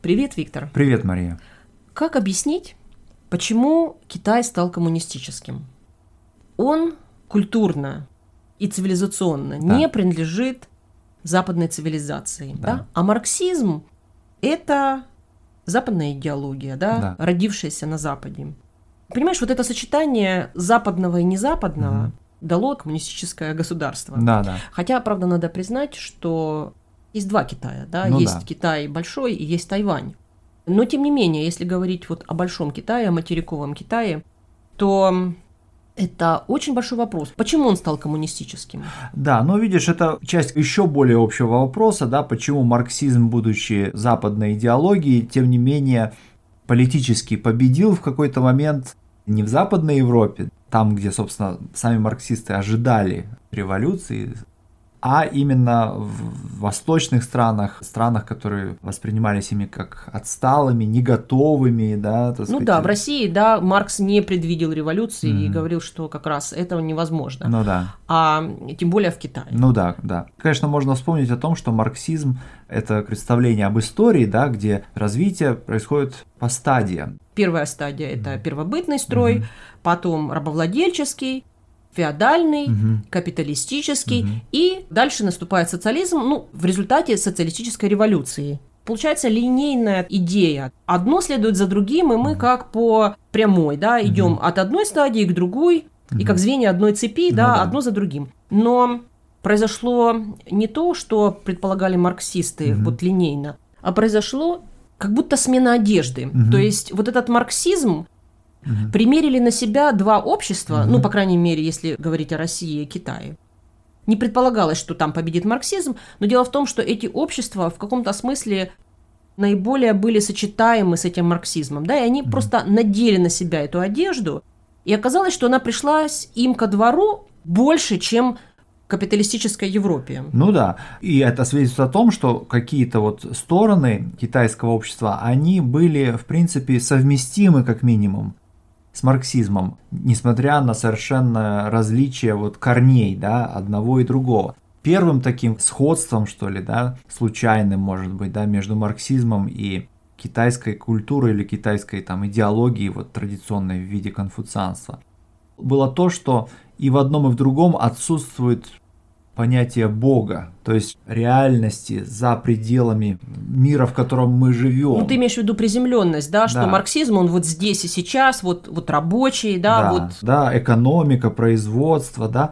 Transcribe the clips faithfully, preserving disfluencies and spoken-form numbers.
Привет, Виктор. Привет, Мария. Как объяснить, почему Китай стал коммунистическим? Он культурно и цивилизационно Да. не принадлежит западной цивилизации. Да. Да? А марксизм – это западная идеология, да, Да. родившаяся на Западе. Понимаешь, вот это сочетание западного и незападного Мгм. дало коммунистическое государство. Да, да. Хотя, правда, надо признать, что есть два Китая. Да? Ну есть да. Китай большой и есть Тайвань. Но, тем не менее, если говорить вот о большом Китае, о материковом Китае, то это очень большой вопрос. Почему он стал коммунистическим? Да, но видишь, это часть еще более общего вопроса, да, почему марксизм, будучи западной идеологией, тем не менее политически победил в какой-то момент не в Западной Европе, там, где, собственно, сами марксисты ожидали революции, а именно в восточных странах, странах, которые воспринимались ими как отсталыми, не готовыми, да, так Ну сказать. да, в России, да, Маркс не предвидел революции Мгм. и говорил, что как раз этого невозможно. Ну да. А тем более в Китае. Ну да, да. Конечно, можно вспомнить о том, что марксизм – это представление об истории, да, где развитие происходит по стадиям. Первая стадия – это первобытный строй, Мгм. потом рабовладельческий, феодальный, Мгм. капиталистический, Мгм. и дальше наступает социализм, ну, в результате социалистической революции. Получается линейная идея. Одно следует за другим, и мы как по прямой, да, идем Мгм. от одной стадии к другой, и Мгм. как звенья одной цепи, Ну да, да. одно за другим. Но произошло не то, что предполагали марксисты, Мгм. вот линейно, а произошло как будто смена одежды. Мгм. То есть вот этот марксизм Мгм. примерили на себя два общества, Мгм. ну, по крайней мере, если говорить о России и Китае. Не предполагалось, что там победит марксизм, но дело в том, что эти общества в каком-то смысле наиболее были сочетаемы с этим марксизмом, да, и они Мгм. просто надели на себя эту одежду, и оказалось, что она пришлась им ко двору больше, чем в капиталистической Европе. Ну да, и это свидетельствует о том, что какие-то вот стороны китайского общества, они были, в принципе, совместимы как минимум с марксизмом, несмотря на совершенно различие вот корней, да, одного и другого. Первым таким сходством, что ли, да, случайным, может быть, да, между марксизмом и китайской культурой или китайской там идеологией, вот традиционной в виде конфуцианства, было то, что и в одном, и в другом отсутствует понятие Бога, то есть реальности за пределами мира, в котором мы живем. Ну, ты имеешь в виду приземленность, да, что Да. марксизм, он вот здесь и сейчас, вот, вот рабочий, да, Да, вот. да, экономика, производство, да.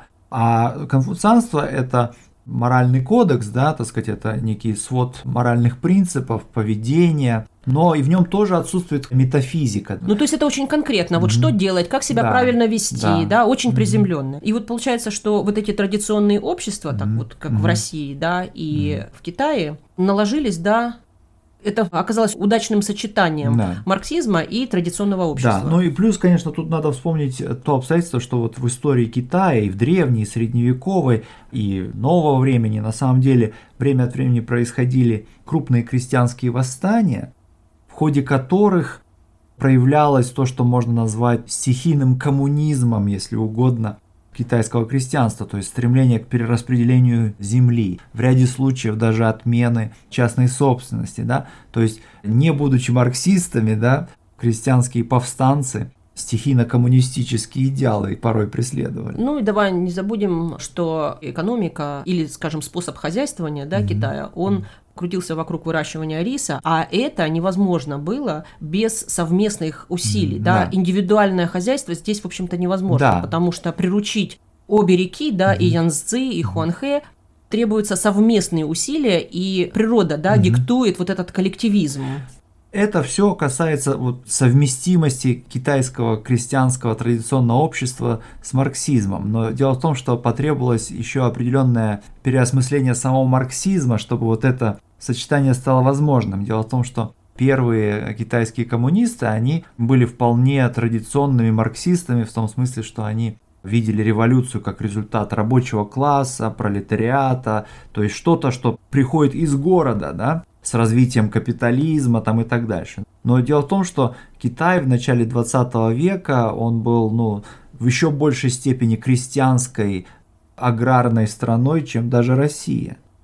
А конфуцианство – это моральный кодекс, да, так сказать, это некий свод моральных принципов, поведения, но и в нем тоже отсутствует метафизика. Ну, то есть это очень конкретно, вот Мгм. что делать, как себя Да, правильно вести, да, да. очень Мгм. приземленно. И вот получается, что вот эти традиционные общества, так Мгм. вот, как Мгм. в России, да, и в Китае, наложились, да, это оказалось удачным сочетанием Да. марксизма и традиционного общества. Да, ну и плюс, конечно, тут надо вспомнить то обстоятельство, что вот в истории Китая и в древней, и средневековой, и нового времени, на самом деле, время от времени происходили крупные крестьянские восстания, в ходе которых проявлялось то, что можно назвать стихийным коммунизмом, если угодно, китайского крестьянства, то есть стремление к перераспределению земли, в ряде случаев даже отмены частной собственности, да, то есть не будучи марксистами, да, крестьянские повстанцы стихийно-коммунистические идеалы порой преследовали. Ну и давай не забудем, что экономика или, скажем, способ хозяйствования, да, Мгм. Китая, он крутился вокруг выращивания риса, а это невозможно было без совместных усилий, Мгм, да, да. индивидуальное хозяйство здесь, в общем-то, невозможно, Да. потому что приручить обе реки, да, и Мгм. Янцзы, и Хуанхэ, требуются совместные усилия, и природа, да, Мгм. диктует вот этот коллективизм. Это все касается вот совместимости китайского крестьянского традиционного общества с марксизмом. Но дело в том, что потребовалось еще определенное переосмысление самого марксизма, чтобы вот это сочетание стало возможным. Дело в том, что первые китайские коммунисты, они были вполне традиционными марксистами в том смысле, что они видели революцию как результат рабочего класса, пролетариата, то есть что-то, что приходит из города, да, с развитием капитализма там и так дальше. Но дело в том, что Китай в начале двадцатого века, он был, ну, в еще большей степени крестьянской, аграрной страной, чем даже Россия.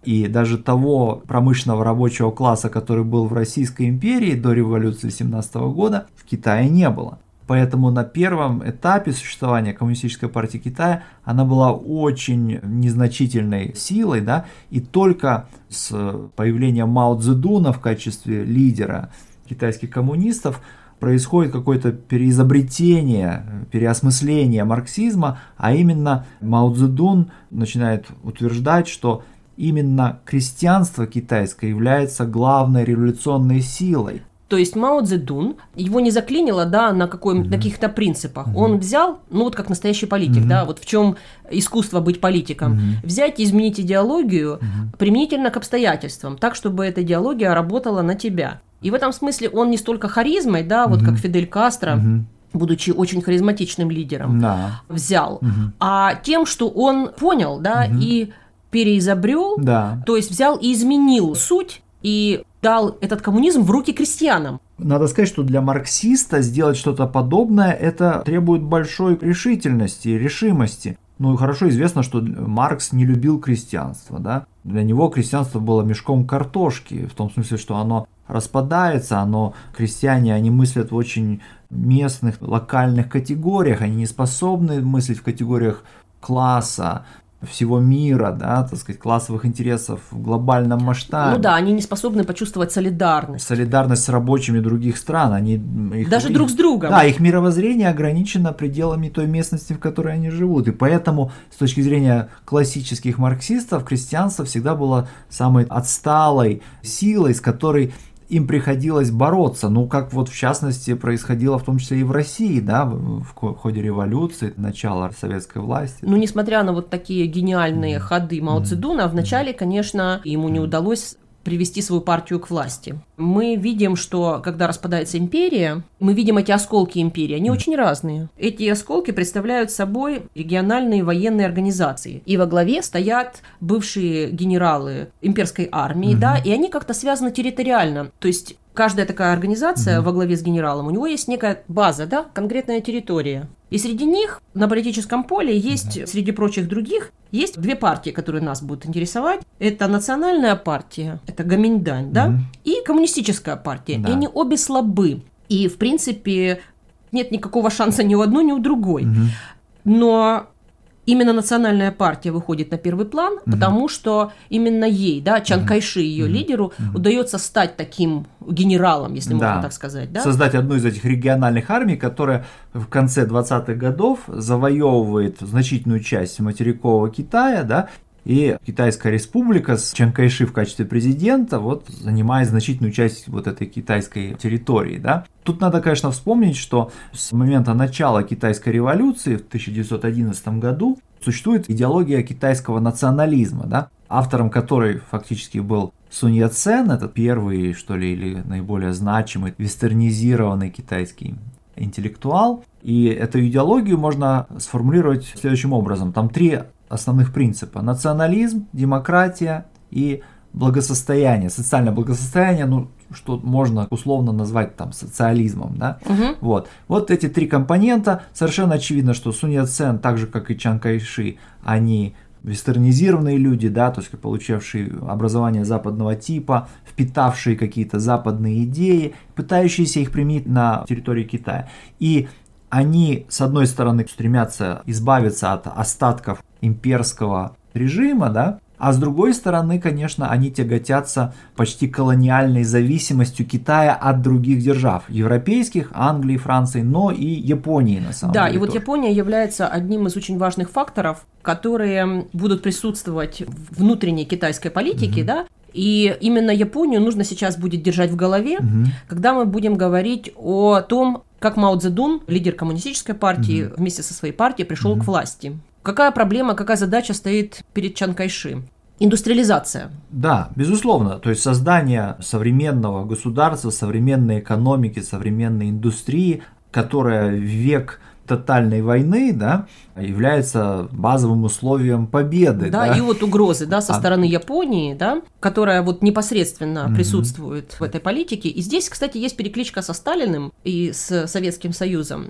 и даже того промышленного рабочего класса, который был в Российской империи до революции семнадцатого года, в Китае не было. Поэтому на первом этапе существования Коммунистической партии Китая она была очень незначительной силой, да, и только с появлением Мао Цзэдуна в качестве лидера китайских коммунистов происходит какое-то переизобретение, переосмысление марксизма, а именно Мао Цзэдун начинает утверждать, что именно крестьянство китайское является главной революционной силой. То есть Мао Цзэдун, его не заклинило, да, на, какой, mm-hmm. на каких-то принципах. Mm-hmm. Он взял, ну вот как настоящий политик, mm-hmm. да, вот в чем искусство быть политиком. Mm-hmm. Взять и изменить идеологию mm-hmm. применительно к обстоятельствам, так, чтобы эта идеология работала на тебя. И в этом смысле он не столько харизмой, да, вот mm-hmm. как Фидель Кастро, mm-hmm. будучи очень харизматичным лидером, mm-hmm. взял, mm-hmm. а тем, что он понял, да, mm-hmm. и переизобрел, mm-hmm. то есть взял и изменил суть, и дал этот коммунизм в руки крестьянам. Надо сказать, что для марксиста сделать что-то подобное, это требует большой решительности, решимости. Ну и хорошо известно, что Маркс не любил крестьянство, да? Для него крестьянство было мешком картошки, в том смысле, что оно распадается, оно, крестьяне, они мыслят в очень местных, локальных категориях, они не способны мыслить в категориях класса, всего мира, да, так сказать, классовых интересов в глобальном масштабе. Ну да, они не способны почувствовать солидарность. Солидарность с рабочими других стран. Они, их, Даже их, друг с другом. Да, их мировоззрение ограничено пределами той местности, в которой они живут. И поэтому, с точки зрения классических марксистов, крестьянство всегда было самой отсталой силой, с которой им приходилось бороться, ну, как вот в частности происходило в том числе и в России, да, в ходе революции, начала советской власти. Ну, несмотря на вот такие гениальные mm-hmm. ходы Мао Цзэдуна, вначале, конечно, ему не удалось привести свою партию к власти. Мы видим, что когда распадается империя, мы видим эти осколки империи, они mm. очень разные. Эти осколки представляют собой региональные военные организации. И во главе стоят бывшие генералы имперской армии, mm-hmm. да, и они как-то связаны территориально. То есть каждая такая организация mm-hmm. во главе с генералом, у него есть некая база, да, конкретная территория. И среди них на политическом поле есть, mm-hmm. среди прочих других, есть две партии, которые нас будут интересовать. Это национальная партия, это Гоминьдань, mm-hmm. да, и коммунистическая партия. Да. И они обе слабы. И, в принципе, нет никакого шанса ни у одной, ни у другой. Mm-hmm. Но именно национальная партия выходит на первый план, mm-hmm. потому что именно ей, да, Чан Кайши, ее mm-hmm. лидеру, mm-hmm. удается стать таким генералом, если да. можно так сказать. Да? Создать одну из этих региональных армий, которая в конце двадцатых годов завоевывает значительную часть материкового Китая, да, и Китайская республика с Чан Кайши в качестве президента вот, занимает значительную часть вот этой китайской территории. Да. Тут надо, конечно, вспомнить, что с момента начала Китайской революции в тысяча девятьсот одиннадцатом году существует идеология китайского национализма, да, автором которой фактически был Сунь Яцен, это первый, что ли, или наиболее значимый вестернизированный китайский интеллектуал. И эту идеологию можно сформулировать следующим образом. Там три основных принципа: национализм, демократия и благосостояние, социальное благосостояние, ну, что можно условно назвать там социализмом, да, угу. вот. Вот эти три компонента, совершенно очевидно, что Сунь Яцен, так же как и Чан Кайши, они вестернизированные люди, да, то есть получившие образование западного типа, впитавшие какие-то западные идеи, пытающиеся их применить на территории Китая. И они, с одной стороны, стремятся избавиться от остатков имперского режима, да, а с другой стороны, конечно, они тяготятся почти колониальной зависимостью Китая от других держав, европейских, Англии, Франции, но и Японии на самом да, деле. Да, и вот тоже. Япония является одним из очень важных факторов, которые будут присутствовать в внутренней китайской политике, угу. да, и именно Японию нужно сейчас будет держать в голове, угу. когда мы будем говорить о том, как Мао Цзэдун, лидер коммунистической партии, угу. вместе со своей партией пришел угу. к власти. Какая проблема, какая задача стоит перед Чан Кайши? Индустриализация. Да, безусловно. То есть создание современного государства, современной экономики, современной индустрии, которая в век тотальной войны, да, является базовым условием победы. Да, да? И вот угрозы, да, со стороны Японии, да, которая вот непосредственно угу. присутствует в этой политике. И здесь, кстати, есть перекличка со Сталиным и с Советским Союзом.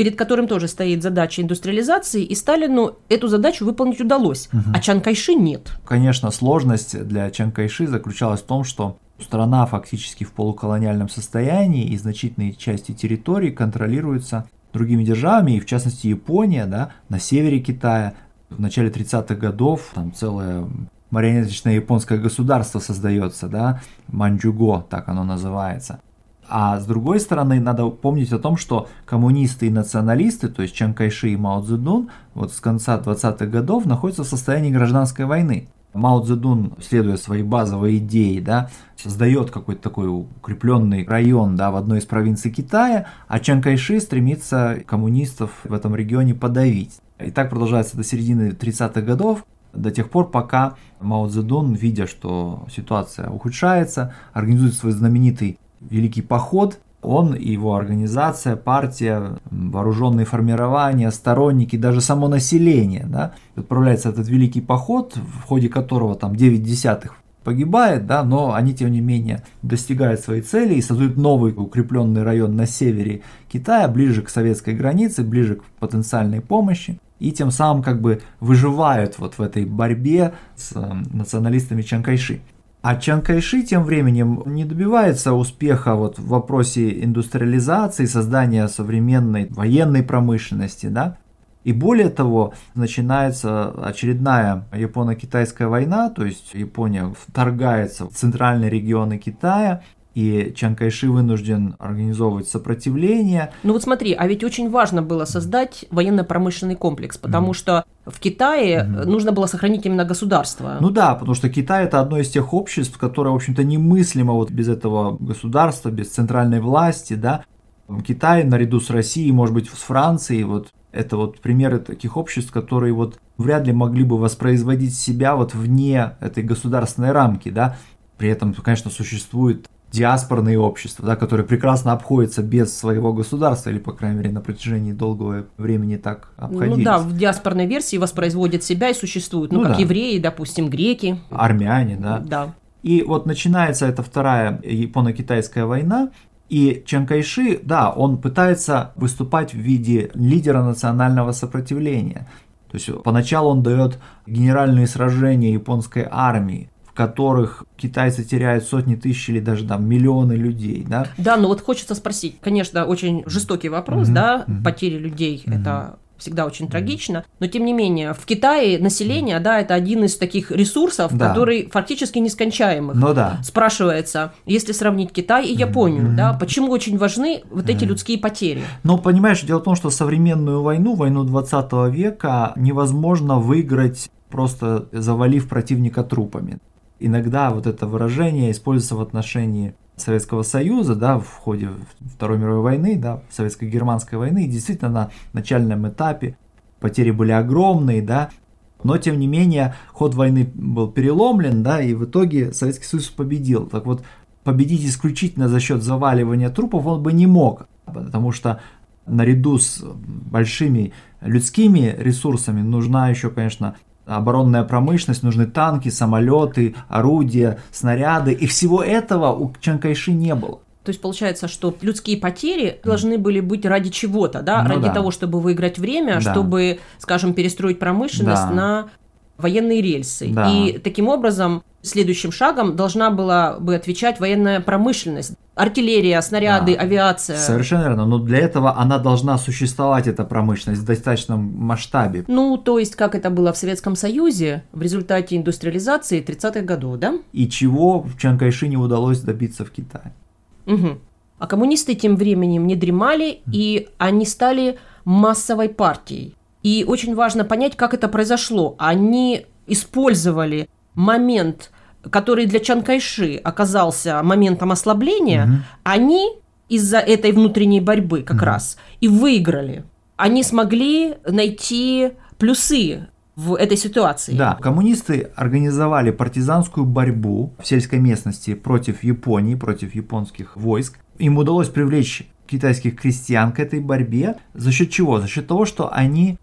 перед которым тоже стоит задача индустриализации, и Сталину эту задачу выполнить удалось, угу. а Чан Кайши нет. Конечно, сложность для Чан Кайши заключалась в том, что страна фактически в полуколониальном состоянии, и значительные части территории контролируются другими державами, и в частности Япония, да, на севере Китая. В начале тридцатых годов там целое марионеточное японское государство создается, да, Маньчжуго, так оно называется. А с другой стороны, надо помнить о том, что коммунисты и националисты, то есть Чан Кайши и Мао Цзэдун, вот с конца двадцатых годов находятся в состоянии гражданской войны. Мао Цзэдун, следуя своей базовой идее, да, создает какой-то такой укрепленный район, да, в одной из провинций Китая, а Чан Кайши стремится коммунистов в этом регионе подавить. И так продолжается до середины тридцатых годов, до тех пор, пока Мао Цзэдун, видя, что ситуация ухудшается, организует свой знаменитый Великий поход. Он и его организация, партия, вооруженные формирования, сторонники, даже само население, да, отправляется в этот великий поход, в ходе которого там девять десятых погибает, да, но они тем не менее достигают своей цели и создают новый укрепленный район на севере Китая, ближе к советской границе, ближе к потенциальной помощи. И тем самым как бы выживают вот в этой борьбе с националистами Чан Кайши. А Чан Кайши тем временем не добивается успеха вот в вопросе индустриализации, создания современной военной промышленности, да. И более того, начинается очередная японо-китайская война, то есть Япония вторгается в центральные регионы Китая, и Чан Кайши вынужден организовывать сопротивление. Ну вот смотри, а ведь очень важно было создать военно-промышленный комплекс, потому mm. что в Китае mm. нужно было сохранить именно государство. Ну да, потому что Китай – это одно из тех обществ, которое, в общем-то, немыслимо вот без этого государства, без центральной власти, да. Китай наряду с Россией, может быть, с Францией, вот это вот примеры таких обществ, которые вот вряд ли могли бы воспроизводить себя вот вне этой государственной рамки, да. При этом, конечно, существует диаспорные общества, да, которые прекрасно обходятся без своего государства, или, по крайней мере, на протяжении долгого времени так обходились. Ну да, в диаспорной версии воспроизводят себя и существуют, ну, ну как да. евреи, допустим, греки. Армяне, да. Да. И вот начинается эта вторая японо-китайская война, и Чан Кайши, да, он пытается выступать в виде лидера национального сопротивления. То есть поначалу он дает генеральные сражения японской армии, в которых китайцы теряют сотни тысяч или даже там миллионы людей, да? Да, но вот хочется спросить, конечно, очень жестокий вопрос, mm-hmm. да, mm-hmm. потери людей, mm-hmm. это всегда очень mm-hmm. трагично, но тем не менее в Китае население, mm-hmm. да, это один из таких ресурсов, да. который фактически нескончаемых. Ну да. Спрашивается, если сравнить Китай и Японию, mm-hmm. да, почему очень важны вот эти mm-hmm. людские потери? Ну, понимаешь, дело в том, что современную войну, войну двадцатого века невозможно выиграть, просто завалив противника трупами. Иногда вот это выражение используется в отношении Советского Союза, да, в ходе Второй мировой войны, да, Советско-германской войны, и действительно на начальном этапе потери были огромные, да, но тем не менее ход войны был переломлен, да, и в итоге Советский Союз победил. Так вот, победить исключительно за счет заваливания трупов он бы не мог, потому что наряду с большими людскими ресурсами нужна еще, конечно, оборонная промышленность, нужны танки, самолеты, орудия, снаряды, и всего этого у Чан Кайши не было. То есть получается, что людские потери должны были быть ради чего-то, да, ну, ради да. того, чтобы выиграть время, да. чтобы, скажем, перестроить промышленность да. на военные рельсы. Да. И таким образом следующим шагом должна была бы отвечать военная промышленность. Артиллерия, снаряды, да. авиация. Совершенно верно. Но для этого она должна существовать, эта промышленность, в достаточном масштабе. Ну, то есть, как это было в Советском Союзе в результате индустриализации тридцатых годов, да? И чего Чан Кайши не удалось добиться в Китае. Угу. А коммунисты тем временем не дремали, mm. и они стали массовой партией. И очень важно понять, как это произошло. Они использовали момент, который для Чан Кайши оказался моментом ослабления, угу. они из-за этой внутренней борьбы как угу. раз и выиграли. Они смогли найти плюсы в этой ситуации. Да, коммунисты организовали партизанскую борьбу в сельской местности против Японии, против японских войск. Им удалось привлечь китайских крестьян к этой борьбе. За счет чего? За счет того, что они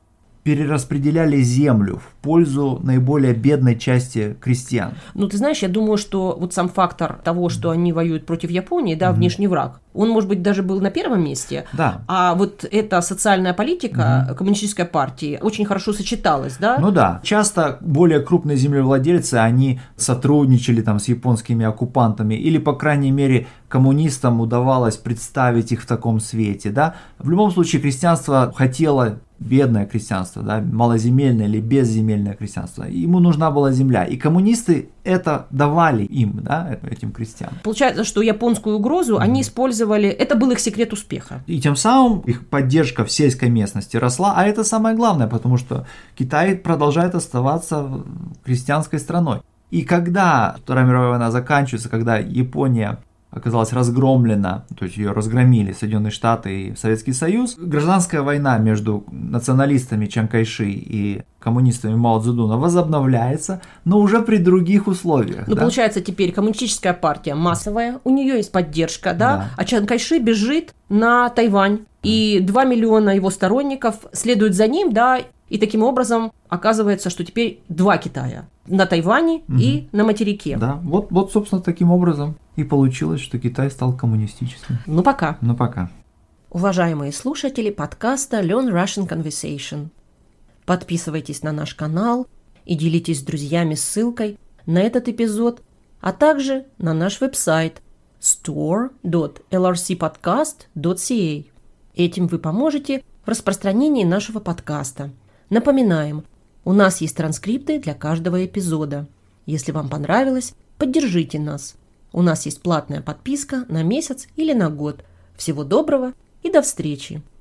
перераспределяли землю в пользу наиболее бедной части крестьян. Ну, ты знаешь, я думаю, что вот сам фактор того, что они воюют против Японии, да, mm-hmm. внешний враг, он, может быть, даже был на первом месте, да. А вот эта социальная политика mm-hmm. коммунистической партии очень хорошо сочеталась, да? Ну да, часто более крупные землевладельцы, они сотрудничали там с японскими оккупантами, или, по крайней мере, коммунистам удавалось представить их в таком свете, да. В любом случае, крестьянство хотело, бедное крестьянство, да, малоземельное или безземельное крестьянство, ему нужна была земля, и коммунисты это давали им, да, этим крестьянам. Получается, что японскую угрозу mm-hmm. они использовали, это был их секрет успеха. И тем самым их поддержка в сельской местности росла, а это самое главное, потому что Китай продолжает оставаться крестьянской страной. И когда Вторая мировая война заканчивается, когда Япония оказалась разгромлена, то есть ее разгромили Соединенные Штаты и Советский Союз, гражданская война между националистами Чан Кайши и коммунистами Мао Цзэдуна возобновляется, но уже при других условиях. Ну, да? Получается, теперь коммунистическая партия массовая, у нее есть поддержка, да, да. а Чан Кайши бежит на Тайвань, и два миллиона его сторонников следуют за ним, да, и таким образом оказывается, что теперь два Китая. На Тайване угу. и на материке. Да, вот, вот, собственно, таким образом и получилось, что Китай стал коммунистическим. Ну, пока. Ну, пока. Уважаемые слушатели подкаста Learn Russian Conversation. Подписывайтесь на наш канал и делитесь с друзьями ссылкой на этот эпизод, а также на наш веб-сайт store dot l r c podcast dot c a. Этим вы поможете в распространении нашего подкаста. Напоминаем, у нас есть транскрипты для каждого эпизода. Если вам понравилось, поддержите нас. У нас есть платная подписка на месяц или на год. Всего доброго и до встречи!